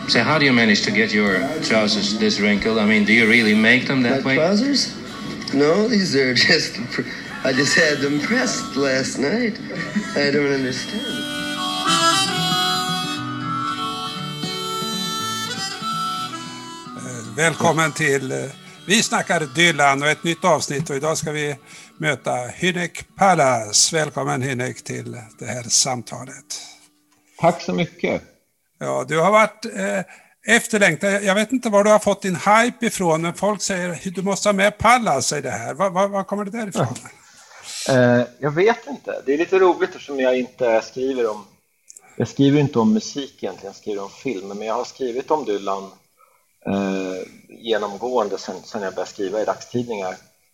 So how do you manage to get your trousers this wrinkled? I mean, do you really make them that way? My trousers? No, these are just... I just had them pressed last night. I don't understand. Välkommen till Vi snackar Dylan och ett nytt avsnitt, och idag ska vi möta Hynek Pallas. Välkommen Hynek till det här samtalet. Tack så mycket. Ja, du har varit efterlängtad. Jag vet inte var du har fått din hype ifrån, men folk säger att du måste ha med Pallas i det här. Var kommer det därifrån? Jag vet inte. Det är lite roligt eftersom jag inte skriver om... Jag skriver inte om musik egentligen, jag skriver om film. Men jag har skrivit om Dylan genomgående sen jag började skriva i dagstidningar.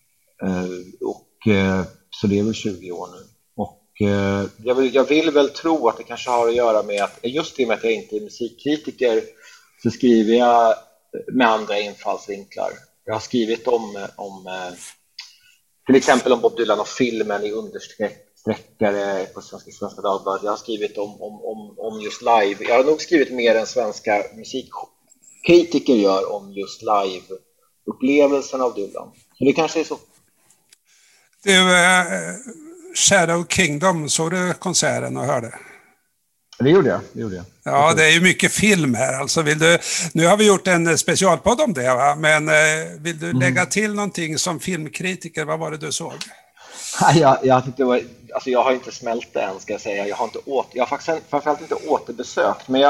Så det är väl 20 år nu. Och jag vill väl tro att det kanske har att göra med att just i och med att jag inte är musikkritiker så skriver jag med andra infallsvinklar. Jag har skrivit om till exempel om Bob Dylan och filmen i understreckare på Svenska Dagbladet. Jag har skrivit om just live. Jag har nog skrivit mer än svenska musikkritiker gör om just live-upplevelsen av Dylan. Så det kanske är så. Du, Shadow Kingdom, såg du konserten och hörde? Det gjorde jag. Ja, det är ju mycket film här. Alltså nu har vi gjort en specialpodd om det, va? Men vill du lägga till någonting som filmkritiker? Vad var det du såg? Jag tyckte det var, alltså jag har inte smält det än, ska jag säga. Jag har faktiskt framförallt inte återbesökt, men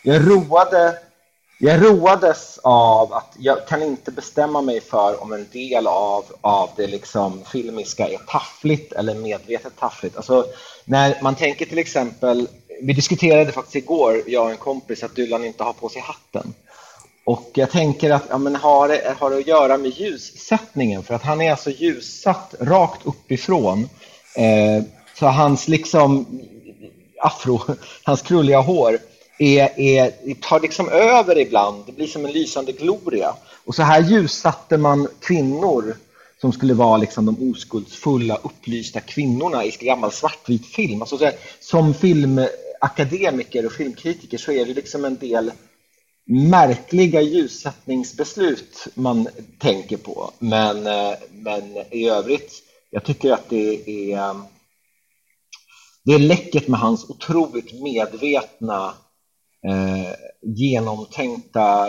jag roades av att jag kan inte bestämma mig för om en del av det liksom filmiska är taffligt eller medvetet taffligt. Alltså när man tänker till exempel, vi diskuterade faktiskt igår, jag och en kompis, att Dylan inte har på sig hatten. Och jag tänker att har det att göra med ljussättningen, för att han är alltså ljussatt rakt uppifrån. Så hans liksom hans krulliga hår tar liksom över ibland. Det blir som en lysande gloria. Och så här ljussatte man kvinnor som skulle vara liksom de oskuldsfulla, upplysta kvinnorna i gammal svartvit film. Alltså som filmakademiker och filmkritiker så är det liksom en del märkliga ljussättningsbeslut man tänker på. Men i övrigt, jag tycker att det är läckert med hans otroligt medvetna genomtänkta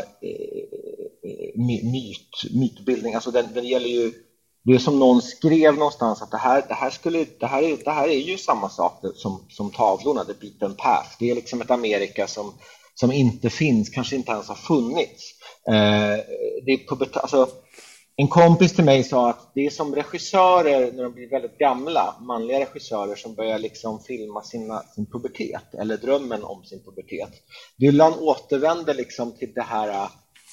mytbildning. Alltså den gäller ju, det är som någon skrev någonstans att det här är ju samma sak som tavlorna, The Beaten Path. Det är liksom ett Amerika som inte finns, kanske inte ens har funnits. Alltså, en kompis till mig sa att det är som regissörer när de blir väldigt gamla, manliga regissörer som börjar liksom filma sin pubertet eller drömmen om sin pubertet. Dylan återvänder liksom till det här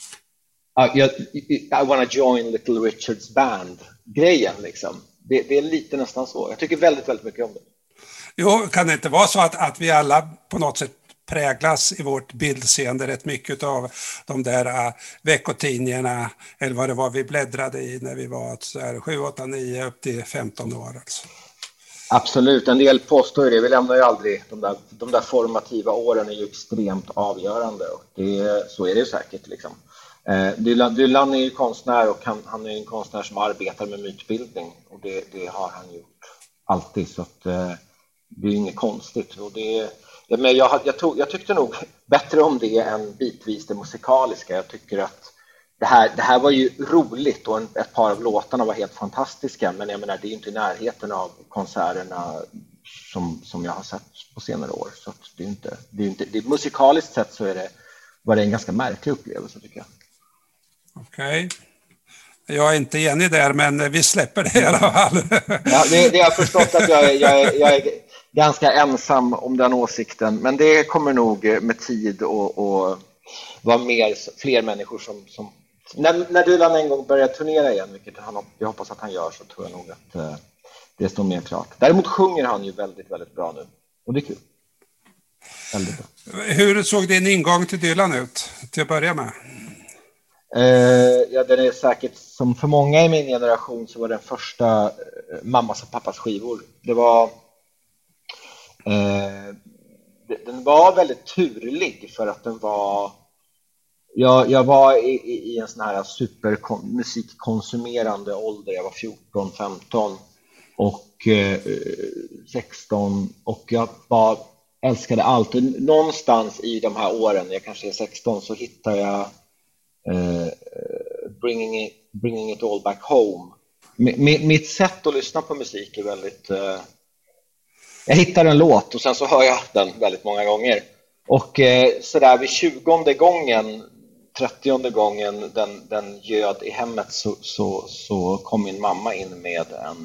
I wanna join Little Richards band grejen liksom. Det är lite nästan så. Jag tycker väldigt, väldigt mycket om det. Jo, kan det inte vara så att vi alla på något sätt präglas i vårt bildseende rätt mycket av de där veckotidningarna, eller vad det var vi bläddrade i när vi var 7, 8, 9 upp till 15 år alltså. Absolut, en del påstår det. Vi lämnar ju aldrig de där formativa åren är ju extremt avgörande, och så är det ju säkert liksom. Dylan är ju konstnär, och han är en konstnär som arbetar med mytbildning, och det har han gjort alltid, så att det är inget konstigt. Och men jag tyckte nog bättre om det än bitvis det musikaliska. Jag tycker att det här var ju roligt, och ett par av låtarna var helt fantastiska, men jag menar, det är ju inte i närheten av konserterna som jag har sett på senare år. Så att det är inte musikaliskt sett så var det en ganska märklig upplevelse, tycker jag. Okej. Jag är inte enig där, men vi släpper det i alla fall. Ja, det har förstått att jag är ganska ensam om den åsikten, men det kommer nog med tid och vara fler människor som när Dylan en gång börjar turnera igen, vilket jag hoppas att han gör, så tror jag nog att det står mer klart. Däremot sjunger han ju väldigt, väldigt bra nu, och det är kul. Väldigt bra. Hur såg din ingång till Dylan ut till att börja med? Ja, den är säkert, som för många i min generation, så var den första mammas och pappas skivor. Det var den var väldigt turlig, för att den var Jag var i en sån här musikkonsumerande ålder. Jag var 14, 15 och 16 och jag älskade allt. Och någonstans i de här åren, jag kanske är 16, så hittar jag bringing it all back home. Mitt sätt att lyssna på musik är väldigt... jag hittar en låt och sen så hör jag den väldigt många gånger. Och sådär vid 20:e gången, 30:e gången den göd i hemmet så kom min mamma in med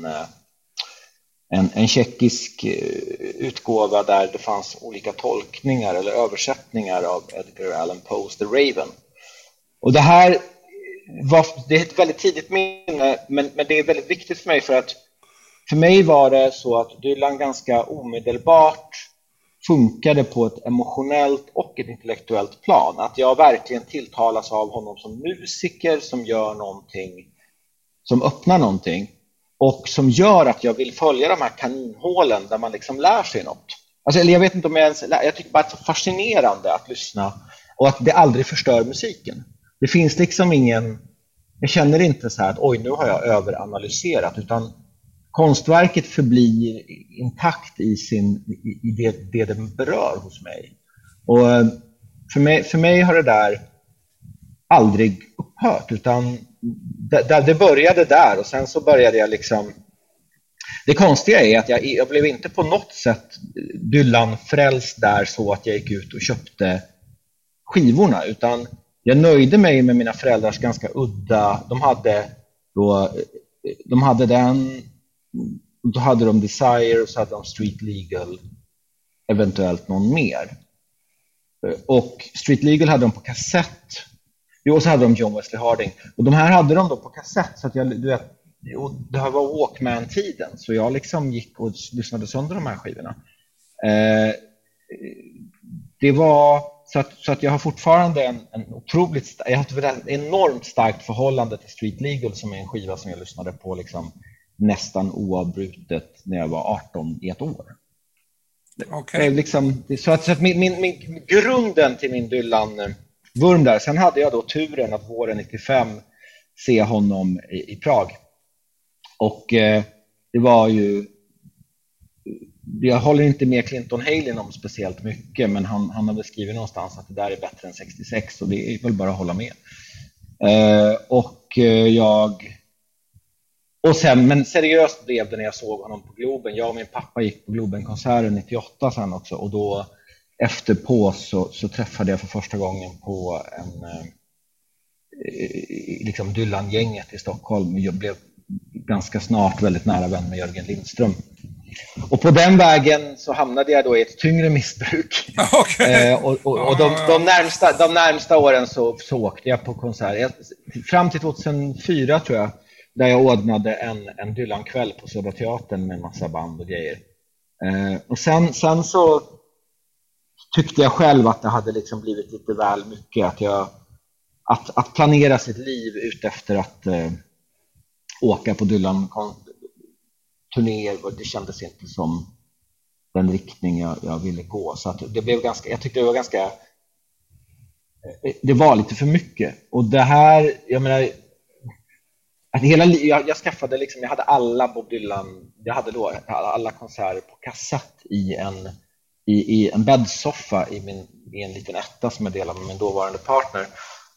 en tjeckisk utgåva där det fanns olika tolkningar eller översättningar av Edgar Allan Poes The Raven. Och det här det är ett väldigt tidigt minne, men det är väldigt viktigt för mig, för att för mig var det så att Dylan ganska omedelbart funkade på ett emotionellt och ett intellektuellt plan. Att jag verkligen tilltalas av honom som musiker som gör någonting, som öppnar någonting och som gör att jag vill följa de här kaninhålen där man liksom lär sig något. Alltså, jag vet inte om jag tycker bara att det är så fascinerande att lyssna och att det aldrig förstör musiken. Det finns liksom jag känner inte så här att oj, nu har jag överanalyserat, utan konstverket förblir intakt i det den berör hos mig. Och för mig har det där aldrig upphört, utan det började där och sen så började jag liksom... Det konstiga är att jag blev inte på något sätt Dylan-frälst där så att jag gick ut och köpte skivorna, utan jag nöjde mig med mina föräldrars ganska udda... De hade den... Då hade de Desire och så hade de Street Legal, eventuellt någon mer. Och Street Legal hade de på kassett. Och så hade de John Wesley Harding. Och de här hade de då på kassett, så att det här var Walkman-tiden. Så jag liksom gick och lyssnade sönder de här skivorna. Det var så att jag har fortfarande en otroligt... Jag har ett enormt starkt förhållande till Street Legal, som är en skiva som jag lyssnade på liksom nästan oavbrutet när jag var 18 i ett år. Okay. Liksom, så att min grunden till min Dylan-vurm där. Sen hade jag då turen att våren 95 se honom i Prag. Och det var ju... Jag håller inte med Clinton Haley om speciellt mycket, men han har beskrivit någonstans att det där är bättre än 66, och det är väl bara att hålla med. Men seriöst blev det när jag såg honom på Globen. Jag och min pappa gick på Globen-konserten 98 sen också, och då efterpå så träffade jag för första gången på liksom Dylan-gänget i Stockholm. Jag blev ganska snart väldigt nära vän med Jörgen Lindström. Och på den vägen så hamnade jag då i ett tyngre missbruk. Okay. Och de närmsta åren så åkte jag på konsert. Fram till 2004 tror jag, där jag ordnade en Dylan-kväll på Södra Teatern med en massa band och grejer. Och sen så tyckte jag själv att det hade liksom blivit lite väl mycket. Att planera sitt liv ut efter att åka på Dylan-turnéer, det kändes inte som den riktning jag ville gå. Så att det blev jag tyckte det var ganska... Det var lite för mycket. Och det här, jag menar... Jag skaffade liksom, jag hade alla Bob Dylan, jag hade då alla konserter på kassett i en bäddsoffa i en liten etta som jag delade med min dåvarande partner.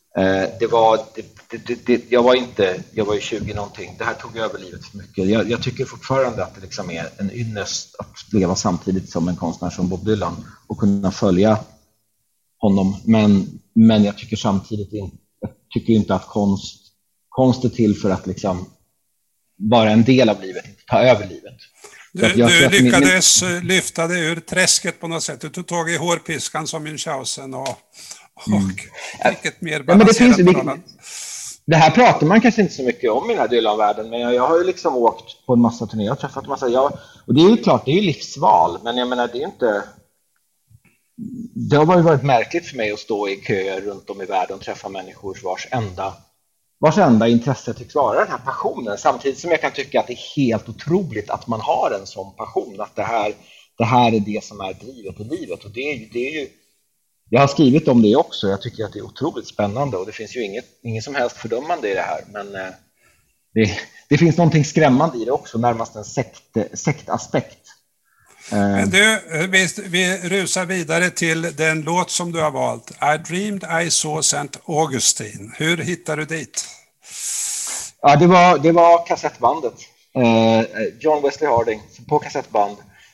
Jag var ju 20 någonting. Det här tog över livet för mycket. Jag tycker fortfarande att det liksom är en ynnest att leva samtidigt som en konstnär som Bob Dylan och kunna följa honom. Men jag tycker samtidigt inte att konst är till för att liksom vara en del av livet, inte ta över livet. Du lyckades lyfta dig ur träsket på något sätt. Du tog tag i hårpiskan som Münchhausen och vilket mer balanserat förhållande. Det här pratar man kanske inte så mycket om i den här Dylan-världen, men jag har ju liksom åkt på en massa turnéer och träffat och det är ju klart, det är ju livsval, men jag menar, det är inte... Det har bara varit märkligt för mig att stå i köer runt om i världen och träffa människor vars enda intresse tycks vara den här passionen, samtidigt som jag kan tycka att det är helt otroligt att man har en sån passion, att det här är det som är drivet i livet. Och det är ju Jag har skrivit om det också. Jag tycker att det är otroligt spännande och det finns ju ingen som helst fördömande i det här. Men det finns någonting skrämmande i det också, närmast en sektaspekt. Men du, vi rusar vidare till den låt som du har valt. I dreamed I saw St. Augustine. Hur hittar du dit? Ja, det var kassettbandet. John Wesley Harding på kassettband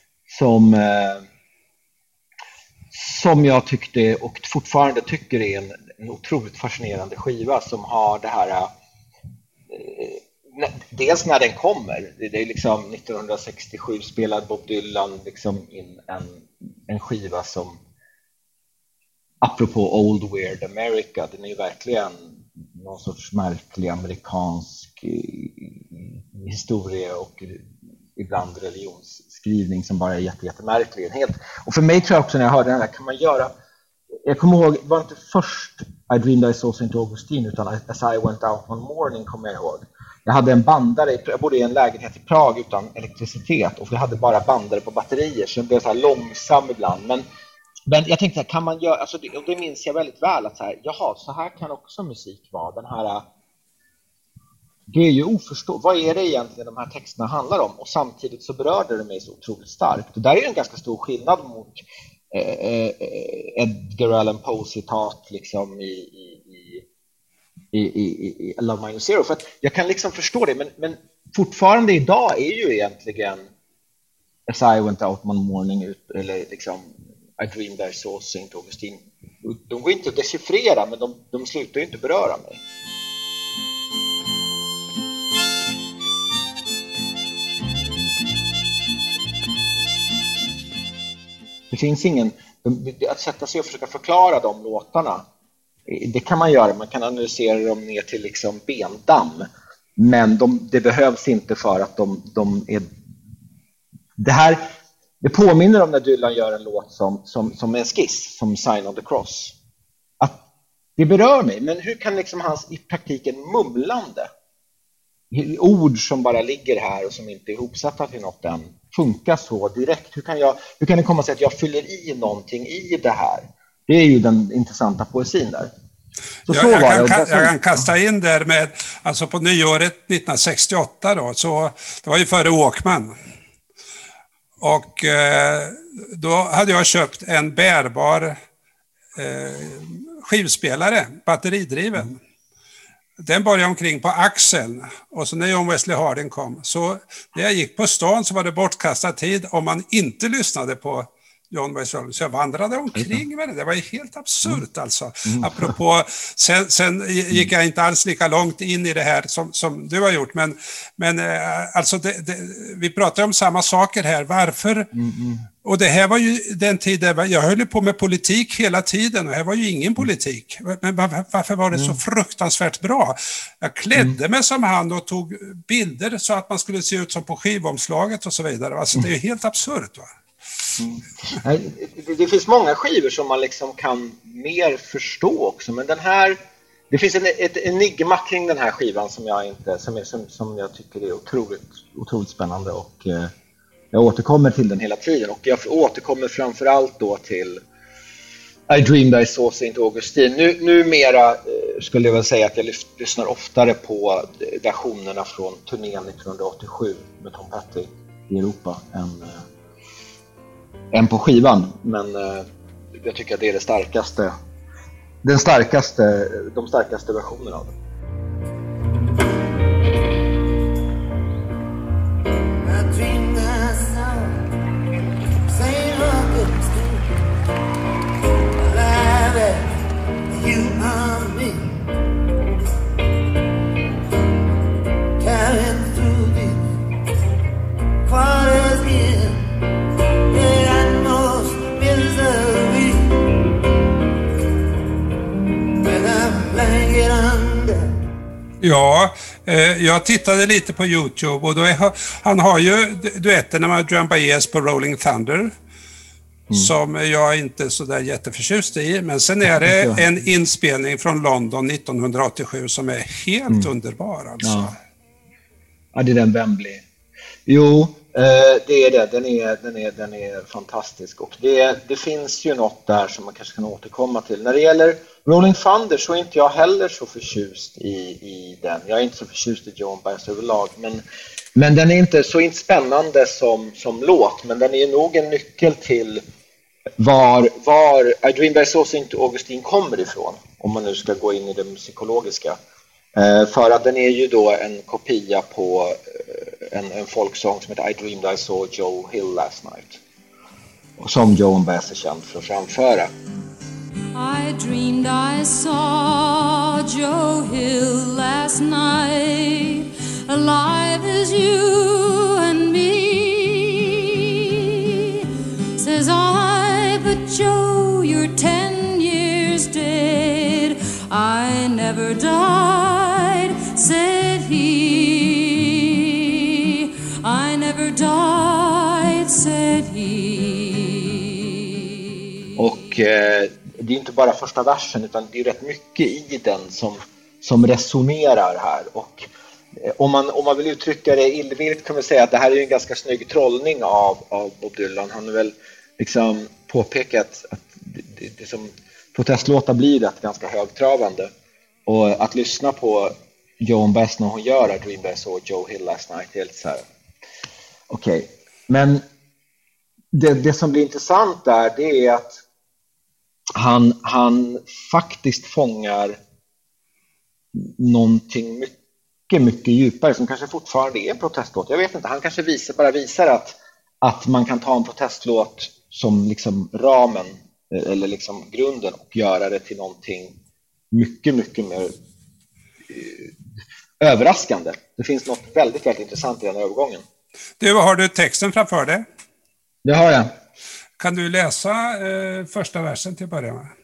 som jag tyckte och fortfarande tycker är en otroligt fascinerande skiva som har det här dels när den kommer, det är liksom 1967 spelade Bob Dylan liksom in en skiva som, apropå Old Weird America, den är ju verkligen någon sorts märklig amerikansk historia och ibland religionsskrivning som bara är jättemärklig. Och för mig tror jag också när jag hörde den här kan man göra, jag kommer ihåg, det var inte först I dreamed I saw St. Augustine utan As I went out one morning kommer jag ihåg. Jag hade en bandare, jag bodde i en lägenhet i Prag utan elektricitet och vi hade bara bandare på batterier så det blev så här långsam ibland. Men jag tänkte, kan man göra, alltså det minns jag väldigt väl att så här, jaha, så här kan också musik vara. Den här, det är ju oförståeligt, vad är det egentligen de här texterna handlar om? Och samtidigt så berörde det mig så otroligt starkt. Och där är ju en ganska stor skillnad mot Edgar Allan Poe-citat liksom i Love Minus Zero. För att jag kan liksom förstå det, men fortfarande idag är ju egentligen As I went out one morning eller liksom I dreamed I saw St. Augustine. De går inte att dechiffrera, men de slutar ju inte beröra mig. Det finns ingen, att sätta sig och försöka förklara de låtarna, det kan man göra, man kan analysera dem ner till liksom bendamm, men det behövs inte för att de är det här. Det påminner om när Dylan gör en låt som en skiss, som Sign of the Cross. Att det berör mig, men hur kan liksom hans i praktiken mumlande ord som bara ligger här och som inte är ihopsatta till något än funka så direkt? Hur kan det komma sig att jag fyller i någonting i det här? Det är ju den intressanta poesin där. Jag kan kasta in där med, alltså på nyåret 1968 då, så det var ju före Walkman. Och då hade jag köpt en bärbar skivspelare, batteridriven. Den bar jag omkring på axeln. Och så när John Wesley Harding kom, så när jag gick på stan så var det bortkastad tid om man inte lyssnade på John Wesley Harding. Så jag vandrade omkring med det. Det var ju helt absurt alltså. Apropå, sen gick jag inte alls lika långt in i det här som du har gjort. Men alltså vi pratar om samma saker här. Varför? Och det här var ju den tiden, jag höll på med politik hela tiden och här var ju ingen politik. Men varför var det så fruktansvärt bra? Jag klädde mig som han och tog bilder så att man skulle se ut som på skivomslaget och så vidare. Alltså det är ju helt absurt, va? Det finns många skivor som man liksom kan mer förstå också, men den här, det finns ett enigma kring den här skivan som jag tycker är otroligt spännande, och jag återkommer till den hela tiden, och jag återkommer framförallt då till I dreamed I saw St. Augustine. Numera skulle jag väl säga att jag lyssnar oftare på versionerna från turnén 1987 med Tom Petty i Europa än på skivan, men jag tycker att det är de starkaste versionerna av det. Ja, jag tittade lite på YouTube och då han har ju duetterna med Drum Baez på Rolling Thunder som jag inte är så där jätteförtjust i, men sen är det en inspelning från London 1987 som är helt underbar alltså. Ja, det är den Wembley. Jo, Det är det, den är fantastisk, och det finns ju något där som man kanske kan återkomma till. När det gäller Rolling Thunder så är inte jag heller så förtjust i den. Jag är inte så förtjust i Joan Baez överlag, men den är inte så spännande som låt, men den är nog en nyckel till var I Dream by So St. Augustine kommer ifrån, om man nu ska gå in i det musikologiska. För att den är ju då en kopia på en folksång som heter I Dreamed I Saw Joe Hill Last Night, och som Joan Baez är känd för att framföra. I dreamed I saw Joe Hill last night, alive as you and me. Says I, but Joe, you're 10 years dead. I never died, said he. I never died, said he. Och det är inte bara första versen, utan det är rätt mycket i den som resonerar här. Och om man vill uttrycka det illvilligt kan man säga att det här är en ganska snygg trollning av Bob Dylan. Han har väl liksom påpekat att det som protestlåtar blir rätt ganska högtravande. Och att lyssna på Joan Baez när hon gör I Dreamed I Saw Joe Hill Last Night är helt så här. Okej. Men det som blir intressant där, det är att han faktiskt fångar någonting mycket, mycket djupare som kanske fortfarande är en protestlåt. Jag vet inte, han kanske visar att man kan ta en protestlåt som liksom ramen eller liksom grunden och göra det till någonting mycket, mycket mer överraskande. Det finns något väldigt, väldigt intressant i den övergången. Du, har du texten framför dig? Det har jag. Kan du läsa första versen till att börja med?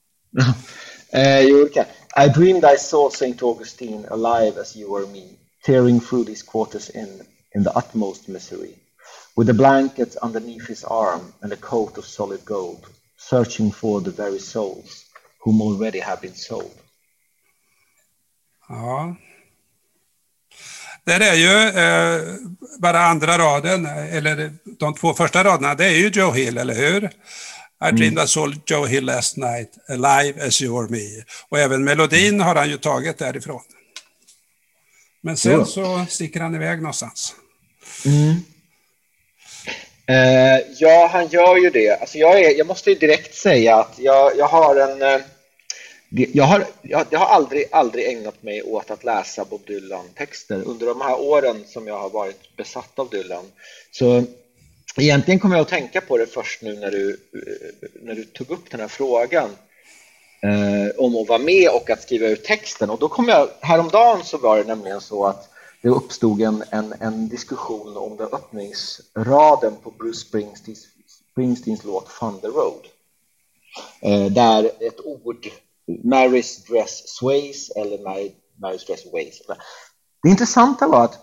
Jo, okay. I dreamed I saw St. Augustine alive as you or me, tearing through these quarters in the utmost misery, with a blanket underneath his arm and a coat of solid gold, searching for the very souls whom already have been sold. Ja. Det är ju bara andra raden, eller de två första raderna, det är ju Joe Hill, eller hur? I dreamed I saw Joe Hill last night, alive as you or me. Och även melodin har han ju tagit därifrån. Men sen så sticker han iväg någonstans. Ja, han gör ju det. Alltså jag måste ju direkt säga att jag har aldrig ägnat mig åt att läsa Bob Dylan-texter under de här åren som jag har varit besatt av Dylan. Så egentligen kommer jag att tänka på det först nu när du tog upp den här frågan om att vara med och att skriva ut texten. Och då kom jag, häromdagen så var det nämligen så att det uppstod en diskussion om den öppningsraden på Bruce Springsteens låt Thunder Road. Där ett ord, Mary's dress sways eller Mary's dress ways. Det intressanta var att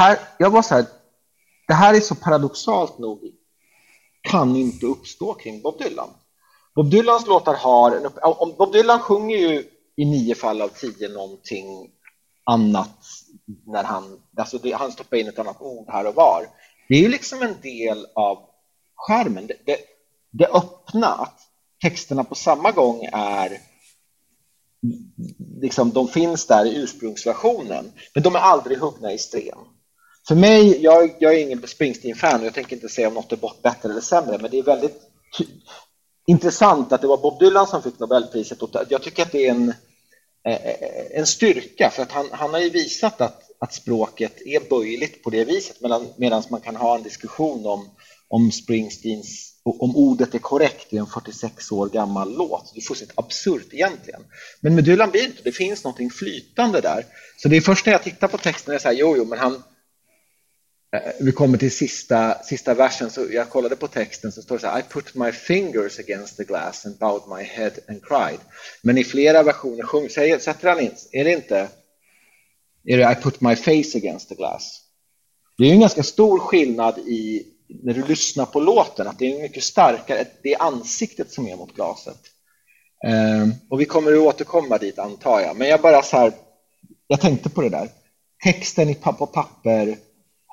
det här är så paradoxalt nog kan inte uppstå kring Bob Dylan. Bob Dylans låtar har Bob Dylan sjunger ju i 9 fall av 10 någonting annat när han stoppar in ett annat ord här och var. Det är ju liksom en del av skärmen. Det öppna, att texterna på samma gång är liksom, de finns där i ursprungsversionen, men de är aldrig huggna i sten. För mig, jag är ingen Springsteen-fan och jag tänker inte säga om något är bättre eller sämre, men det är väldigt intressant att det var Bob Dylan som fick Nobelpriset, och jag tycker att det är en styrka, för att han har ju visat att språket är böjligt på det viset, medan man kan ha en diskussion om Springsteens, om ordet är korrekt i en 46 år gammal låt. Det är fullständigt absurt egentligen. Men med Dylan blir det finns någonting flytande där. Så det är först när jag tittar på texten och jag säger jo, men vi kommer till sista versen, så jag kollade på texten, så står det så här: I put my fingers against the glass and bowed my head and cried. Men i flera versioner sätter han in, är det I put my face against the glass. Det är ju en ganska stor skillnad i när du lyssnar på låten, att det är mycket starkare, det är ansiktet som är mot glaset. Och vi kommer att återkomma dit, antar jag. Men jag tänkte på det där. Texten på papper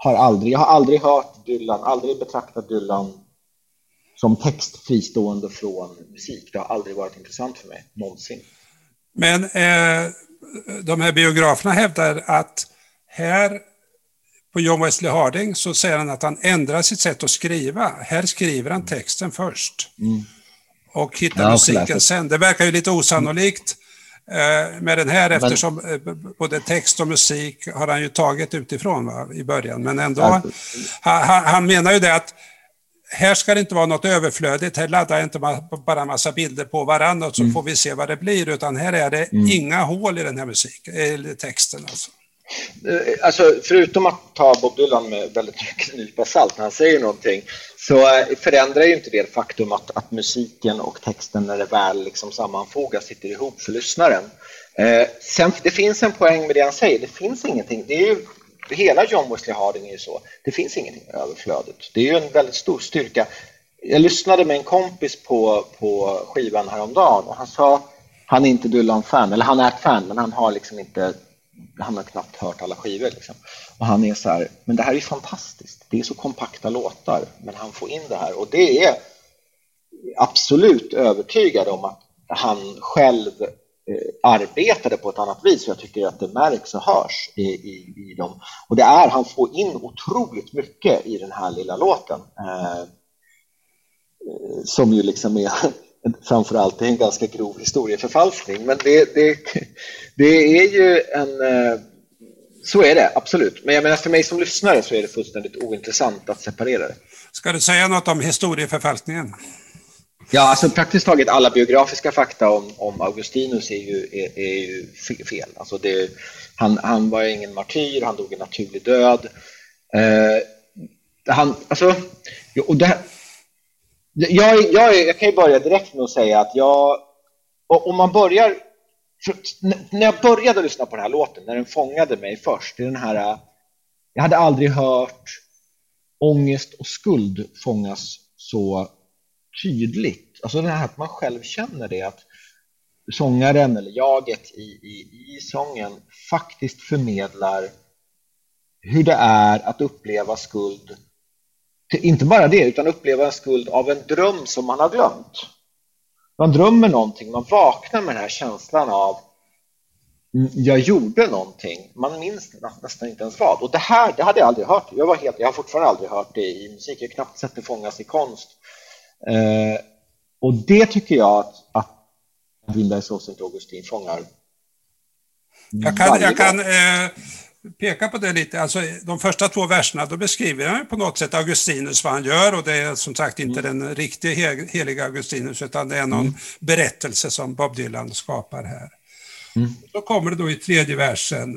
jag har aldrig hört Dylan, aldrig betraktat Dylan som text fristående från musik. Det har aldrig varit intressant för mig, någonsin. Men de här biograferna hävdar att här på John Wesley Harding så säger han att han ändrar sitt sätt att skriva. Här skriver han texten först och hittar musiken sen. Det verkar ju lite osannolikt med den här eftersom både text och musik har han ju tagit utifrån i början. Men ändå, han menar ju det att här ska det inte vara något överflödigt. Här laddar jag inte bara en massa bilder på varandra och så får vi se vad det blir. Utan här är det inga hål i den här eller texten. Alltså, förutom att ta Bob Dylan med väldigt mycket nypa salt när han säger någonting, så förändrar ju inte det faktum att musiken och texten när det väl liksom sammanfogas sitter ihop för lyssnaren. Sen, det finns en poäng med det han säger. Det finns ingenting. Det är ju, hela John Wesley Harding är ju så. Det finns ingenting överflödigt. Det är ju en väldigt stor styrka. Jag lyssnade med en kompis på skivan häromdagen och han sa, han är inte Dylan-fan, eller han är ett fan, men han har liksom inte, han har knappt hört alla skivor liksom. Och han är så här, men det här är fantastiskt. Det är så kompakta låtar, men han får in det här. Och det är absolut övertygad om att han själv arbetade på ett annat vis. Jag tycker att det märks och hörs i dem. Och det är, han får in otroligt mycket i den här lilla låten. Som ju liksom är framförallt en ganska grov historieförfalskning. Men det är ju en... Så är det, absolut. Men jag menar, för mig som lyssnare så är det fullständigt ointressant att separera det. Ska du säga något om historieförfalskningen? Ja, alltså praktiskt taget alla biografiska fakta om Augustinus är ju fel. Alltså han var ingen martyr, han dog en naturlig död. Jag kan ju börja direkt med att säga att om man börjar, när jag började lyssna på den här låten, när den fångade mig först, det är den här, jag hade aldrig hört ångest och skuld fångas så tydligt. Alltså det här att man själv känner det, att sångaren eller jaget i sången faktiskt förmedlar hur det är att uppleva skuld. Inte bara det, utan uppleva en skuld av en dröm som man har glömt. Man drömmer någonting, man vaknar med den här känslan av jag gjorde någonting. Man minns nästan inte ens vad. Och det hade jag aldrig hört. Jag har fortfarande aldrig hört det i musik. Jag har knappt sett det fångas i konst. Och det tycker jag att Winbergs St. Augustin fångar. Jag kan peka på det lite. Alltså, de första 2 verserna, då beskriver han på något sätt Augustinus vad han gör, och det är som sagt inte den riktiga heliga Augustinus, utan det är någon berättelse som Bob Dylan skapar här. Då kommer det då i 3:e versen.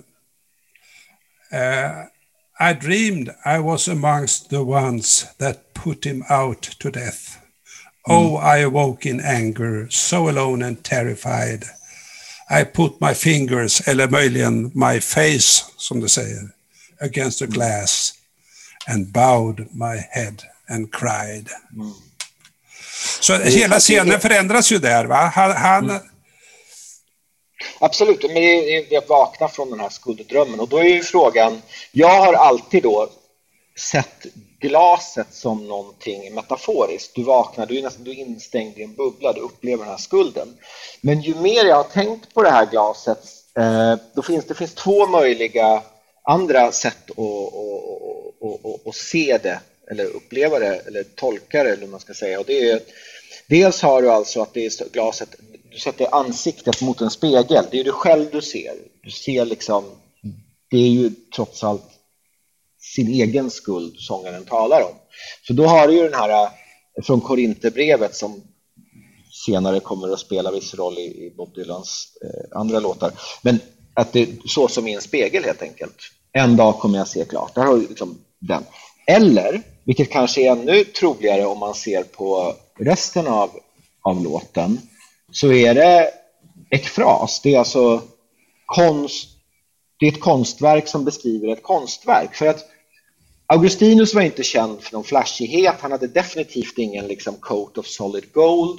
I dreamed I was amongst the ones that put him out to death. Oh, I awoke in anger, so alone and terrified. I put my fingers, eller möjligen my face, som du säger, against the glass and bowed my head and cried. Så hela scenen förändras ju där, va? Han... Absolut, men jag vaknar från den här skulddrömmen, och då är ju frågan, jag har alltid då sett glaset som någonting metaforiskt. Du vaknar, du är instängd i en bubbla, du upplever den här skulden. Men ju mer jag har tänkt på det här glaset, det finns 2 möjliga andra sätt att se det, eller uppleva det, eller tolka det, eller man ska säga. Och det är, dels har du alltså att det är glaset, du sätter ansiktet mot en spegel. Det är du själv du ser. Du ser liksom, det är ju trots allt sin egen skuld sångaren talar om. Så då har du ju den här från Korinthierbrevet som senare kommer att spela viss roll i Bob Dylans andra låtar. Men att det är så som i en spegel helt enkelt. En dag kommer jag se klart. Där har du liksom den. Eller, vilket kanske är ännu troligare om man ser på resten av låten, så är det ekfras. Det är alltså det är ett konstverk som beskriver ett konstverk. För att Augustinus var inte känd för någon flashighet. Han hade definitivt ingen liksom coat of solid gold.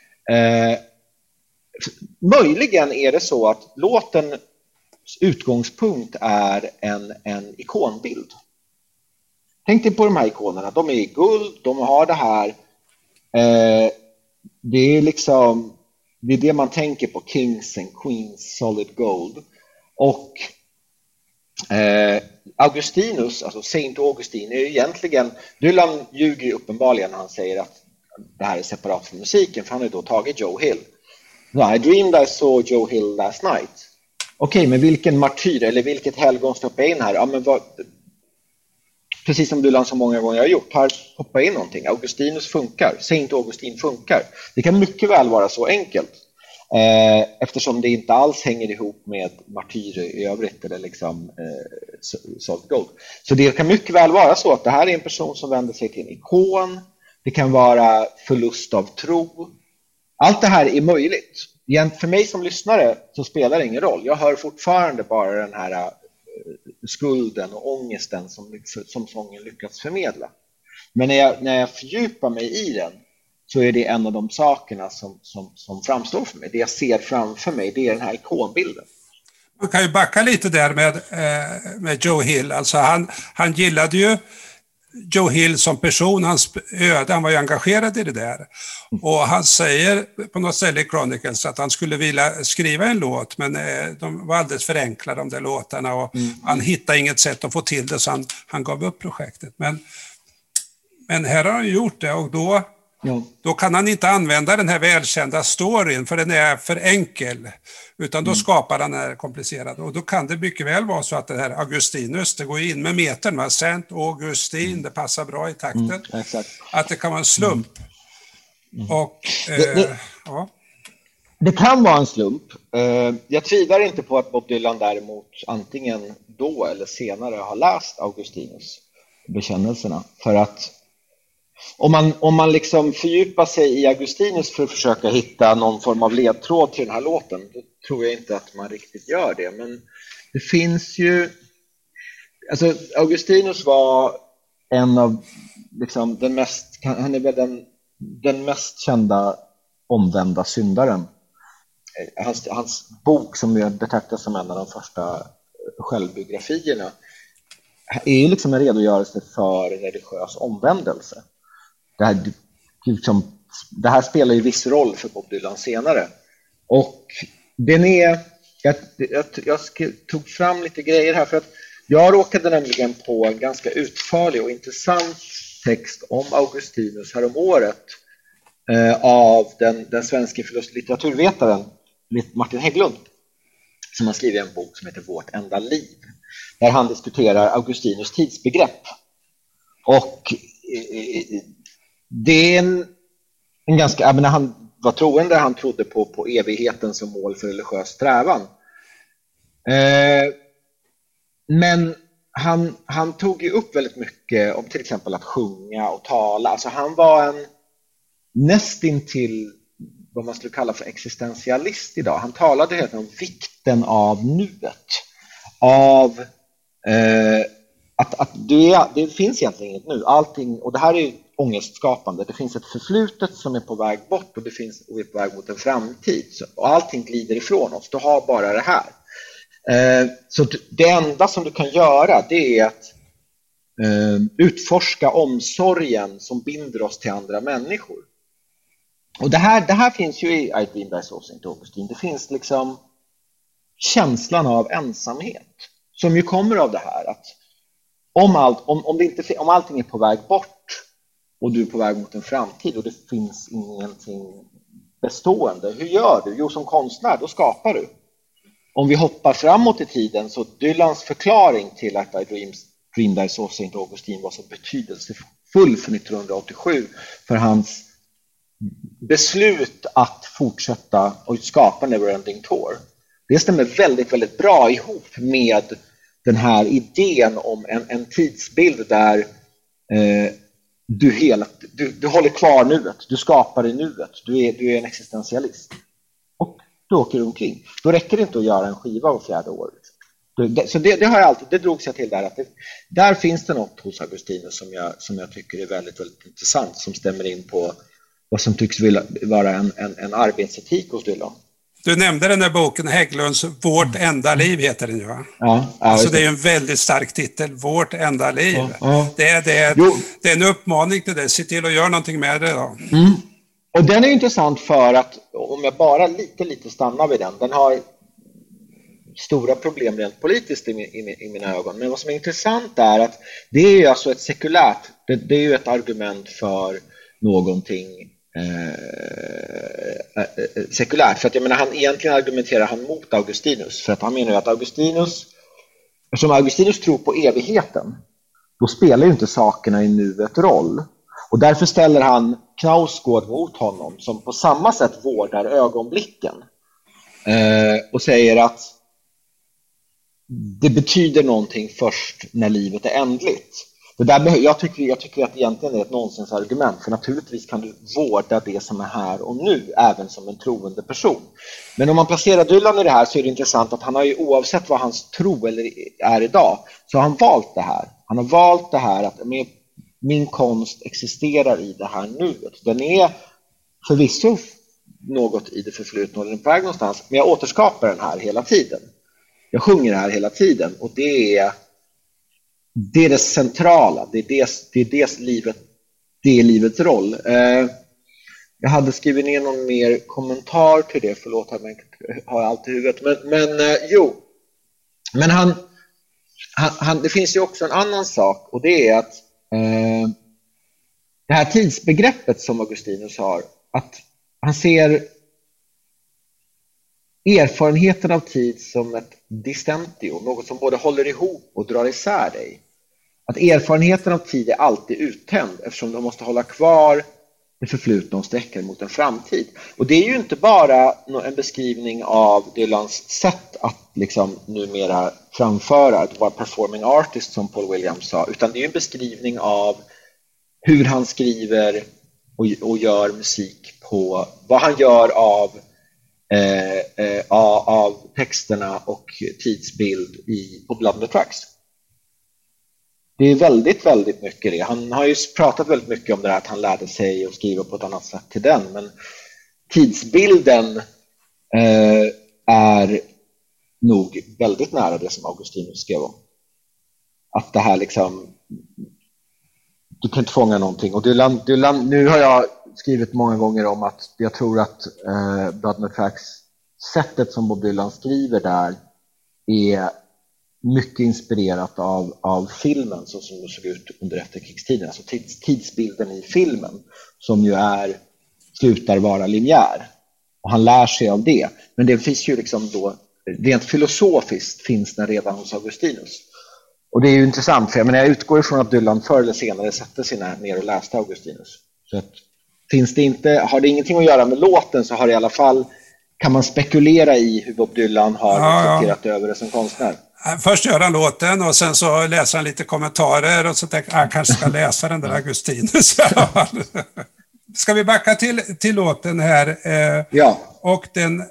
Möjligen är det så att låtens utgångspunkt är en ikonbild. Tänk dig på de här ikonerna, de är i guld, de har det här. Det är liksom, det är det man tänker på, Kings and Queens Solid Gold. Och Augustinus, alltså Saint Augustine, är ju egentligen, Dylan ljuger ju uppenbarligen när han säger att det här är separat från musiken, för han har ju då tagit Joe Hill. I dreamed I saw Joe Hill last night. Okej, men vilken martyr eller vilket helgon stoppar in här? Ja, men precis som Dylan så många gånger har gjort, här hoppar in någonting. Augustinus funkar, Saint Augustine funkar. Det kan mycket väl vara så enkelt. Eftersom det inte alls hänger ihop med martyrer i övrigt eller liksom Solid Gold. Så det kan mycket väl vara så att det här är en person som vänder sig till en ikon. Det kan vara förlust av tro. Allt det här är möjligt. För mig som lyssnare så spelar det ingen roll. Jag hör fortfarande bara den här skulden och ångesten som sången lyckats förmedla. Men när jag fördjupar mig i den så är det en av de sakerna som framstår för mig. Det jag ser framför mig, det är den här ikonbilden. Man kan ju backa lite där med Joe Hill. Alltså han gillade ju Joe Hill som person, hans öde, han var ju engagerad i det där. Och han säger på något ställe i Chronicles att han skulle vilja skriva en låt, men de var alldeles för enkla de där låtarna och han hittade inget sätt att få till det, så han gav upp projektet. Men här har han gjort det, och då kan han inte använda den här välkända storyn, för den är för enkel, utan då skapar han den här komplicerade. Och då kan det mycket väl vara så att det här Augustinus, det går in med metern, va? Saint Augustine, det passar bra i takten. Exakt. Att det kan vara en slump. Och, ja. Det kan vara en slump. Jag tvivlar inte på att Bob Dylan däremot antingen då eller senare har läst Augustinus bekännelserna. För att om man liksom fördjupar sig i Augustinus för att försöka hitta någon form av ledtråd till den här låten, då tror jag inte att man riktigt gör det. Men det finns ju... Alltså Augustinus var en av liksom han är väl den mest kända omvända syndaren. Hans bok, som jag betraktar som en av de första självbiografierna, är ju liksom en redogörelse för religiös omvändelse. Det här spelar ju viss roll för Bob Dylan senare. Och den är... Jag tog fram lite grejer här, för att jag råkade nämligen på en ganska utförlig och intressant text om Augustinus häromåret av den svenska litteraturvetaren Martin Hägglund, som har skrivit en bok som heter Vårt enda liv, där han diskuterar Augustinus tidsbegrepp. Och det är en ganska... När han var troende, han trodde på evigheten som mål för religiös strävan. Men han tog ju upp väldigt mycket om till exempel att sjunga och tala. Alltså han var en nästintill vad man skulle kalla för existentialist idag. Han talade helt om vikten av nuet. Av att det finns egentligen inget nu. Allting, och det här är ångestskapande. Det finns ett förflutet som är på väg bort, och vi är på väg mot en framtid. Och allting glider ifrån oss. Du har bara det här. Så det enda som du kan göra, det är att utforska omsorgen som binder oss till andra människor. Och det här finns ju i I Dreamed I Saw Saint Augustine. Det finns liksom känslan av ensamhet som ju kommer av det här, att om allting är på väg bort och du är på väg mot en framtid och det finns ingenting bestående, hur gör du? Jo, som konstnär, då skapar du. Om vi hoppar framåt i tiden, så Dylans förklaring till att I Dreamed I Saw Saint Augustine var så betydelsefull för 1987, för hans beslut att fortsätta och skapa Neverending Tour. Det stämmer väldigt, väldigt bra ihop med den här idén om en tidsbild där du håller kvar nuet, du skapar i nuet, du är en existentialist. Och du åker omkring. Då räcker det inte att göra en skiva var fjärde år. Så det har jag alltid, det drogs jag till där, att där finns det något hos Augustinus som jag tycker är väldigt, väldigt intressant, som stämmer in på vad som tycks vara en arbetsetik hos Dylan. Du nämnde den här boken, Hägglunds Vårt enda liv heter den ju, va? Ja, alltså det är en väldigt stark titel, Vårt enda liv. Ja. Det är en uppmaning till det, se till att göra någonting med det då. Och den är intressant för att, om jag bara lite stannar vid den har stora problem rent politiskt i mina ögon. Men vad som är intressant är att det är ju alltså ett sekulärt, det är ju ett argument för någonting sekulärt. För att jag menar, egentligen argumenterar han mot Augustinus. För att han menar ju att eftersom Augustinus tror på evigheten, då spelar ju inte sakerna i nuet roll. Och därför ställer han Knausgård mot honom, som på samma sätt vårdar ögonblicken. Och säger att det betyder någonting först när livet är ändligt. Jag tycker att egentligen är ett nonsensargument, för naturligtvis kan du vårda det som är här och nu, även som en troende person. Men om man placerar Dylan i det här, så är det intressant att han har ju, oavsett vad hans tro är idag, så har han valt det här. Han har valt det här att min konst existerar i det här nuet. Den är förvisso något i det förflutna och den är på väg någonstans, men jag återskapar den här hela tiden. Jag sjunger det här hela tiden, och det är det centrala. Det är livets roll. Jag hade skrivit ner någon mer kommentar till det, förlåt att jag har allt i huvudet. Men det finns ju också en annan sak, och det är att det här tidsbegreppet som Augustinus har, att han ser erfarenheten av tid som ett distentio, något som både håller ihop och drar isär dig. Att erfarenheten av tid är alltid uttänd, eftersom de måste hålla kvar det förflutna och sträcker mot en framtid. Och det är ju inte bara en beskrivning av Dylans sätt att liksom numera framföra, att vara performing artist som Paul Williams sa, utan det är ju en beskrivning av hur han skriver och gör musik på, vad han gör av texterna och tidsbild på Blood on the Tracks. Det är väldigt, väldigt mycket det. Han har ju pratat väldigt mycket om det här, att han lärde sig att skriva på ett annat sätt till den, men tidsbilden är nog väldigt nära det som Augustinus skrev om. Att det här liksom, du kan inte fånga någonting. Och Dylan, nu har jag skrivit många gånger om att jag tror att Blood on the Tracks, sättet som Bob Dylan skriver där, är mycket inspirerat av filmen så som det såg ut under efterkrigstiden. Alltså tidsbilden i filmen, som ju slutar vara linjär. Och han lär sig av det. Men det finns ju liksom då, rent filosofiskt finns den redan hos Augustinus. Och det är ju intressant, för jag utgår ifrån att Dylan förr eller senare sätter sig ner och läste Augustinus. Så att har det ingenting att göra med låten, så har det i alla fall, kan man spekulera i hur Bob Dylan har reflekterat över det som konstnär. Först gör han låten och sen så läser han lite kommentarer och så tänker jag kanske ska läsa den där Augustinus. Ska vi backa till låten här? Ja. Och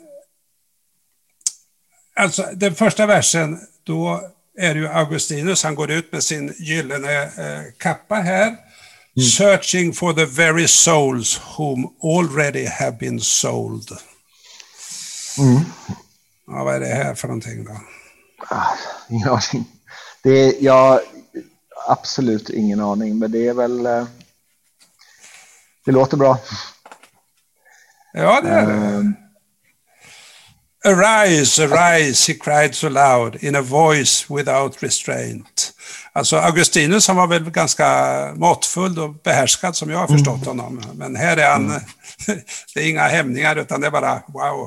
den första versen, då är det ju Augustinus, han går ut med sin gyllene kappa här. Searching for the very souls whom already have been sold. Ja, vad är det här för någonting då? Jag absolut ingen aning, men det är väl, det låter bra. Ja, det är det. Arise, arise, he cried so loud, in a voice without restraint. Alltså Augustinus, han var väl ganska måttfull och behärskad som jag har förstått honom. Men här är han, det är inga hämningar, utan det är bara wow.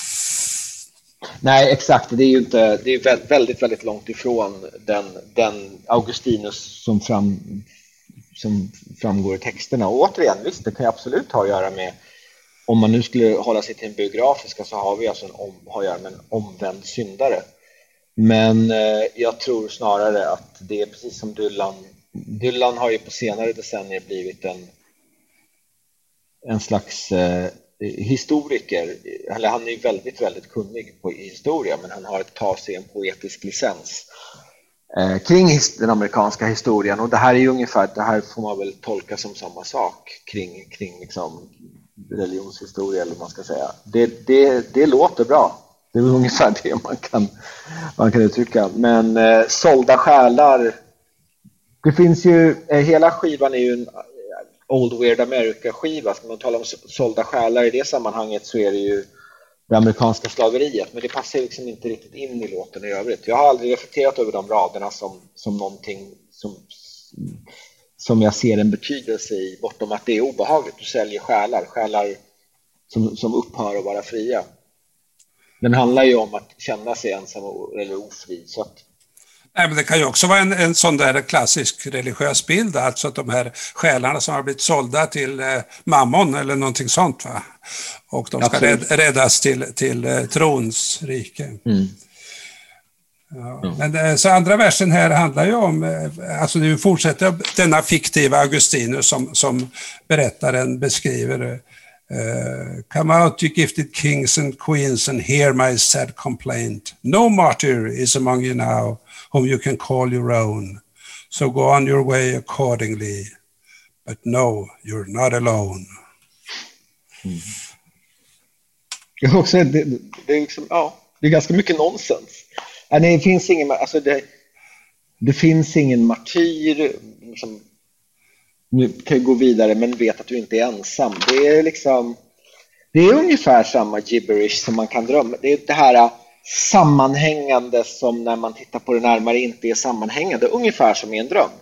Nej, exakt. Det är ju inte, det är väldigt, väldigt långt ifrån den Augustinus som framgår i texterna. Och återigen, visst, det kan ju absolut ha att göra med, om man nu skulle hålla sig till en biografiska, så har vi alltså har att göra med en omvänd syndare. Men jag tror snarare att det är precis som Dylan har ju på senare decennier blivit en slags historiker. Eller han är ju väldigt, väldigt kunnig i historia, men han har tagit sig en poetisk licens kring den amerikanska historien. Och det här är ju ungefär, det här får man väl tolka som samma sak kring liksom religionshistoria eller vad man ska säga. Det låter bra. Det är ungefär det man kan uttrycka. Men sålda själar, det finns ju, hela skivan är ju en Old Weird America-skiva. Ska man tala om sålda själar i det sammanhanget så är det ju det amerikanska slaveriet. Men det passar liksom inte riktigt in i låten i övrigt. Jag har aldrig reflekterat över de raderna som någonting som jag ser en betydelse i, bortom att det är obehagligt. Du säljer själar som upphör att vara fria. Den handlar ju om att känna sig ensam eller ofri. Så att... Nej, men det kan ju också vara en sån där klassisk religiös bild, alltså att de här själarna som har blivit sålda till mammon eller någonting sånt, va? Och de ska räddas till trons rike. Mm. Ja. Men så andra versen här handlar ju om, alltså nu fortsätter denna fiktiva Augustinus som berättaren beskriver. Come out, you gifted kings and queens, and hear my sad complaint. No martyr is among you now, whom you can call your own. So go on your way accordingly. But no, you're not alone. Mm. Det är liksom, det är ganska mycket nonsens. Det finns ingen, alltså det finns ingen martyr som kan gå vidare men vet att du inte är ensam. Det är ungefär samma gibberish som man kan drömma. Det är det här sammanhängande som när man tittar på det närmare inte är sammanhängande, ungefär som i en dröm.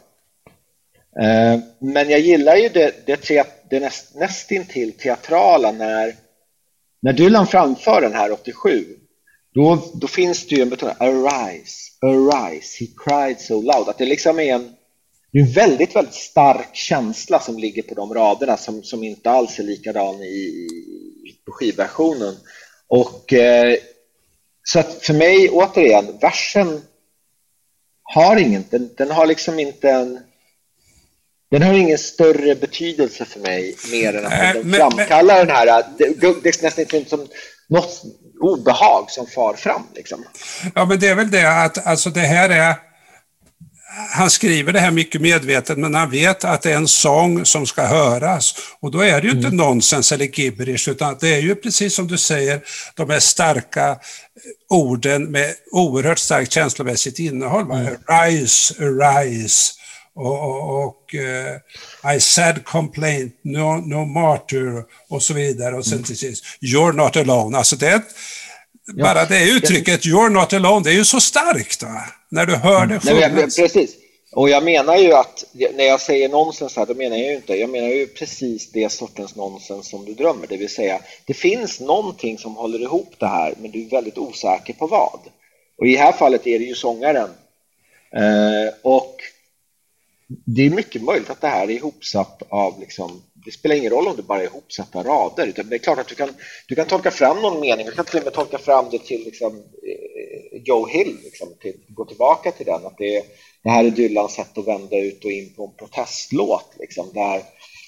Men jag gillar ju det nästintill teatrala när Dylan framför den här 87. Då finns det ju en betoning, arise, he cried so loud. Att det liksom är en väldigt, väldigt stark känsla som ligger på de raderna som inte alls är likadan på skivversionen. Och så att för mig, återigen, versen har den har liksom inte den har ingen större betydelse för mig mer än att den framkallar den här, det är nästan inte som något obehag som far fram liksom. Ja, men det är väl det att alltså det här är, han skriver det här mycket medvetet, men han vet att det är en sång som ska höras, och då är det ju inte nonsens eller gibberish, utan det är ju precis som du säger, de här starka orden med oerhört starkt känslomässigt innehåll. Arise och I said complaint, no martyr och så vidare, och sen till sist you're not alone. Alltså bara det uttrycket you're not alone, det är ju så starkt, va? När du hör det sjungas. Precis. Och jag menar ju att när jag säger nonsens här, då menar jag ju inte, jag menar ju precis det sortens nonsens som du drömmer. Det vill säga, det finns någonting som håller ihop det här, men du är väldigt osäker på vad. Och i det här fallet är det ju sångaren. Och det är mycket möjligt att det här är ihopsatt av liksom, det spelar ingen roll om det bara är ihopsatta rader, utan det är klart att du kan tolka fram någon mening, du kan till och med tolka fram det till liksom, Joe Hill, liksom, gå tillbaka till den, att det här är Dylans sätt att vända ut och in på en protestlåt liksom, där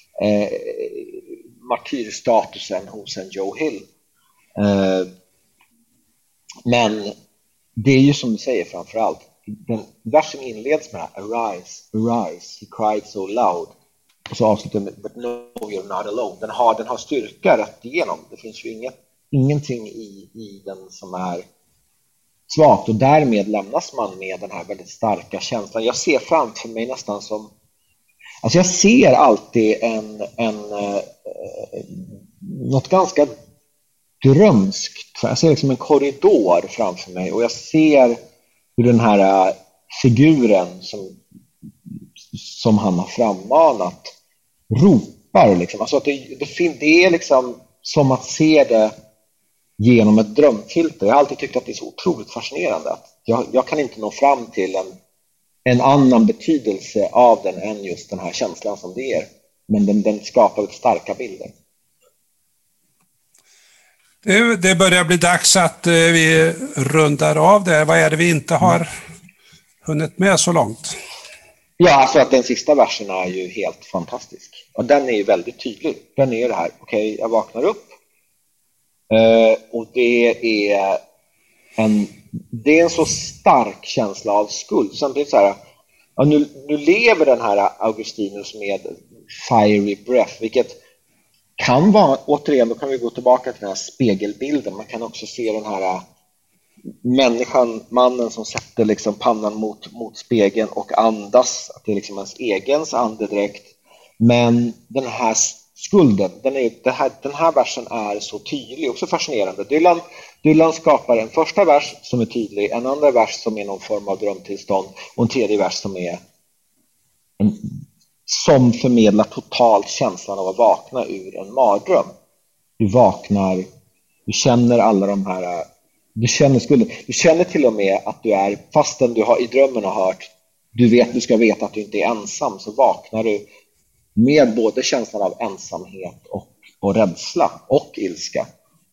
martyrstatusen hos en Joe Hill. Men det är ju som du säger, framförallt den versen inleds med arise, he cried so loud, och så avslutar med but no, you're not alone. Den har styrka rätt igenom. Det finns ju ingenting i den som är svagt, och därmed lämnas man med den här väldigt starka känslan. Jag ser framför mig nästan som, alltså jag ser alltid något ganska drömskt. Jag ser liksom en korridor framför mig, och jag ser hur den här figuren som han har frammanat ropar liksom. Alltså att det är liksom som att se det genom ett drömfilter. Jag har alltid tyckt att det är så otroligt fascinerande att jag kan inte nå fram till en annan betydelse av den än just den här känslan som det är. Men den skapar ett starka bilder. Det börjar bli dags att vi rundar av det. Vad är det vi inte har hunnit med så långt? Ja, alltså att den sista versen är ju helt fantastisk. Och den är ju väldigt tydlig. Den är det här, okej, jag vaknar upp. Och det är en så stark känsla av skuld. Samtidigt så här, ja, nu lever den här Augustinus med fiery breath, vilket kan vara, återigen, då kan vi gå tillbaka till den här spegelbilden. Man kan också se den här människan, mannen som sätter liksom pannan mot spegeln och andas, att det är liksom ens egens andedräkt. Men den här skulden, den här versen är så tydlig, också fascinerande. Dylan skapar en första vers som är tydlig, en andra vers som är någon form av drömtillstånd och en tredje vers som förmedlar totalt känslan av att vakna ur en mardröm. Du vaknar, du känner alla de här, du känner skulden, du känner till och med att du är, fastän du har i drömmen har hört, du ska veta att du inte är ensam, så vaknar du med både känslan av ensamhet och rädsla och ilska,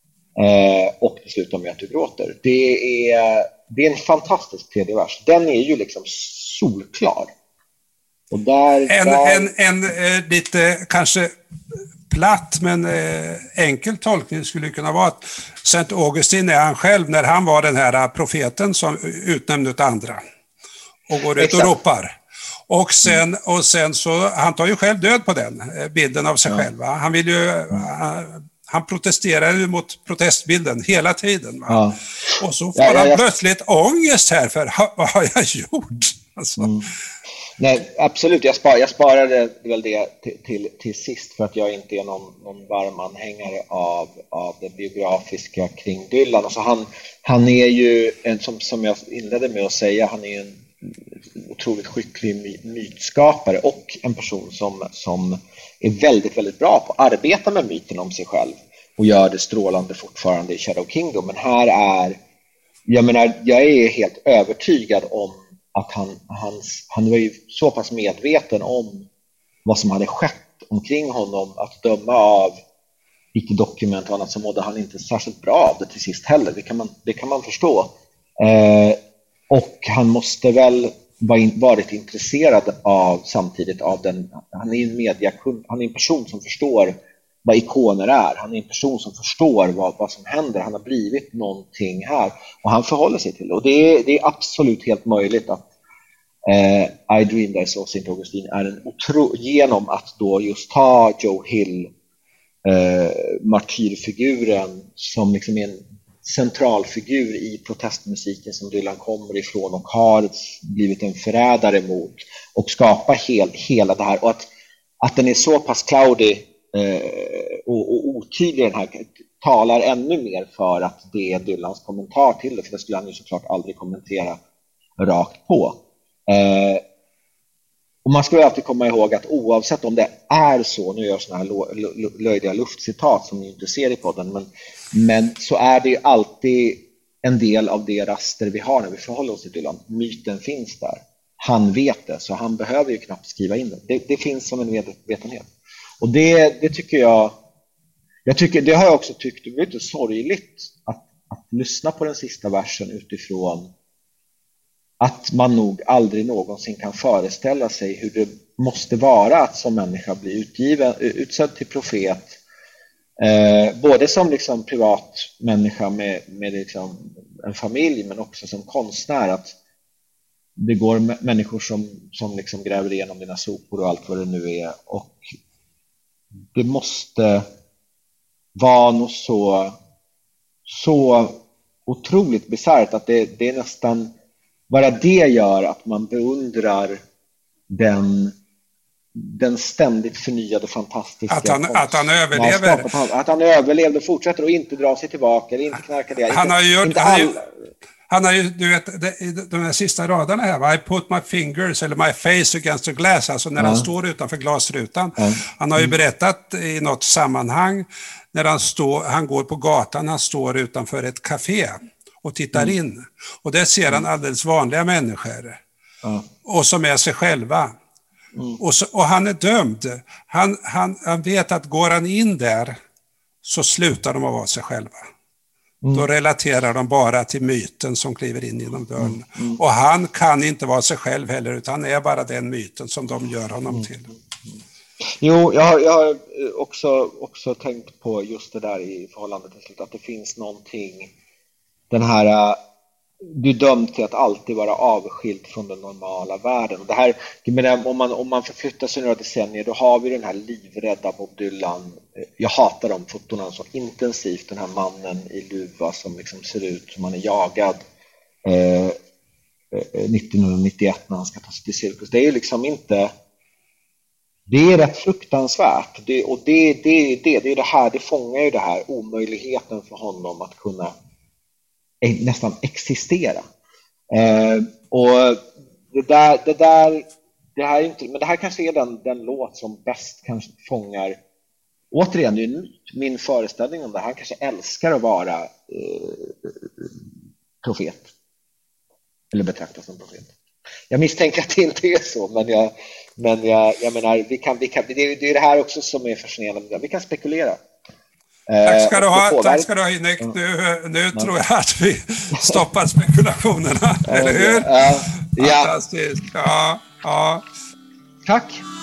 och det slutar med att du gråter. Det är en fantastisk tredje vers. Den är ju liksom solklar. Och en lite kanske platt men enkel tolkning skulle kunna vara att Saint Augustin är han själv när han var den här profeten som utnämnde åt andra och går ut och ropar. Och sen så, han tar ju själv död på den bilden av sig själv. Va? Han vill ju, han protesterar ju mot protestbilden hela tiden. Va? Ja. Och så får han plötsligt ångest här för vad har jag gjort? Alltså. Nej, absolut. Jag sparade väl det till sist för att jag inte är någon varm anhängare av det biografiska kring Dylan. Alltså han är ju, som jag inledde med att säga, han är en otroligt skicklig mytskapare och en person som är väldigt, väldigt bra på att arbeta med myten om sig själv och gör det strålande fortfarande i Shadow Kingdom. Men här jag är helt övertygad om att han var ju så pass medveten om vad som hade skett omkring honom, att döma av icke-dokument och annat, så mådde han inte särskilt bra av det till sist heller. Det kan man förstå. Och han måste väl varit intresserad samtidigt av den. Han är en mediakund, han är en person som förstår vad ikoner är. Han är en person som förstår vad som händer. Han har blivit någonting här och han förhåller sig till det. Och det är absolut helt möjligt att I Dreamed I Saw Saint Augustine är genom att då just ta Joe Hill, martyrfiguren, som liksom är en centralfigur i protestmusiken som Dylan kommer ifrån och har blivit en förrädare mot, och skapa hela det här, och att den är så pass cloudy och otydlig, den här, talar ännu mer för att det är Dylans kommentar till det, för det skulle han ju såklart aldrig kommentera rakt på. Och man ska väl alltid komma ihåg att oavsett om det är så, nu gör jag såna här löjliga luftcitat som ni inte ser i podden, men så är det ju alltid en del av det raster vi har när vi förhåller oss till Dylan. Myten finns där. Han vet det, så han behöver ju knappt skriva in det. Det finns som en medvetenhet. Och det tycker jag tycker, det har jag också tyckt, det är lite sorgligt att lyssna på den sista versen utifrån att man nog aldrig någonsin kan föreställa sig hur det måste vara att som människa bli utsedd till profet, både som liksom privat människa med liksom en familj, men också som konstnär, att det går människor som liksom gräver igenom dina sopor och allt vad det nu är, och det måste vara något så otroligt bisarrt att det är nästan bara det gör att man beundrar den ständigt förnyade fantastiska att han överlever, att han överlevde och fortsätter och inte drar sig tillbaka eller inte knarkar det. Han har ju, du vet, de här sista raderna här, I put my fingers eller my face against the glass, alltså när han står utanför glasrutan. Han har ju berättat i något sammanhang när han går på gatan, han står utanför ett café och tittar in. Och där ser han alldeles vanliga människor. Och som är sig själva. Och han är dömd. Han vet att går han in där så slutar de att vara sig själva. Då relaterar de bara till myten som kliver in genom dörren. Och han kan inte vara sig själv heller, utan han är bara den myten som de gör honom till. Jo, jag har också tänkt på just det där i förhållande till slut, att det finns någonting, den här du är dömd till att alltid vara avskild från den normala världen. Och det här, om man förflyttar sig några decennier, då har vi den här livrädda Bob Dylan. Jag hatar de fotona så intensivt, den här mannen i luva som liksom ser ut som han är jagad 1991 när han ska ta sig till cirkus. Det är ju liksom inte, det är rätt fruktansvärt. Det är det här, det fångar ju det här omöjligheten för honom att kunna nästan existera. Och det här är inte, men det här kanske är den låt som bäst kanske fångar, återigen, det är min föreställning om det här, kanske älskar att vara profet eller betraktas som profet. Jag misstänker att det inte är så, men jag menar, vi kan, det är det här också som är fascinerande. Vi kan spekulera. Tack ska du ha, Hynek. Nu tror jag att vi stoppar spekulationerna, eller hur? Ja. Fantastiskt. Ja. Tack.